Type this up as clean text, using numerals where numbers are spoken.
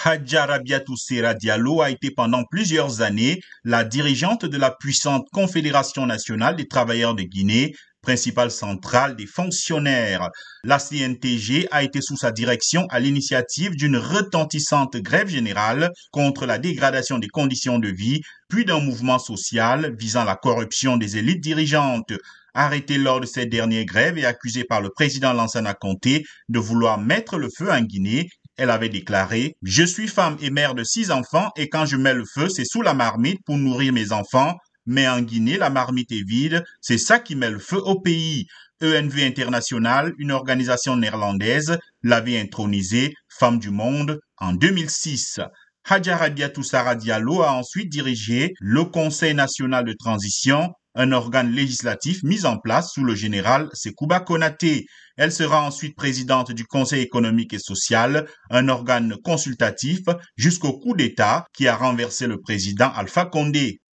Hadja Rabiatou Serra Diallo a été pendant plusieurs années la dirigeante de la puissante Confédération nationale des travailleurs de Guinée, principale centrale des fonctionnaires. La CNTG a été sous sa direction à l'initiative d'une retentissante grève générale contre la dégradation des conditions de vie, puis d'un mouvement social visant la corruption des élites dirigeantes. Arrêtée lors de cette dernière grève et accusée par le président Lansana Conté de vouloir mettre le feu en Guinée, elle avait déclaré « Je suis femme et mère de 6 enfants et quand je mets le feu, c'est sous la marmite pour nourrir mes enfants. Mais en Guinée, la marmite est vide, c'est ça qui met le feu au pays. » ENV International, une organisation néerlandaise, l'avait intronisée femme du monde en 2006. Hadja Rabiatou Sarra Diallo a ensuite dirigé le Conseil national de transition, un organe législatif mis en place sous le général Sekouba Konaté. Elle sera ensuite présidente du Conseil économique et social, un organe consultatif, jusqu'au coup d'État qui a renversé le président Alpha Condé.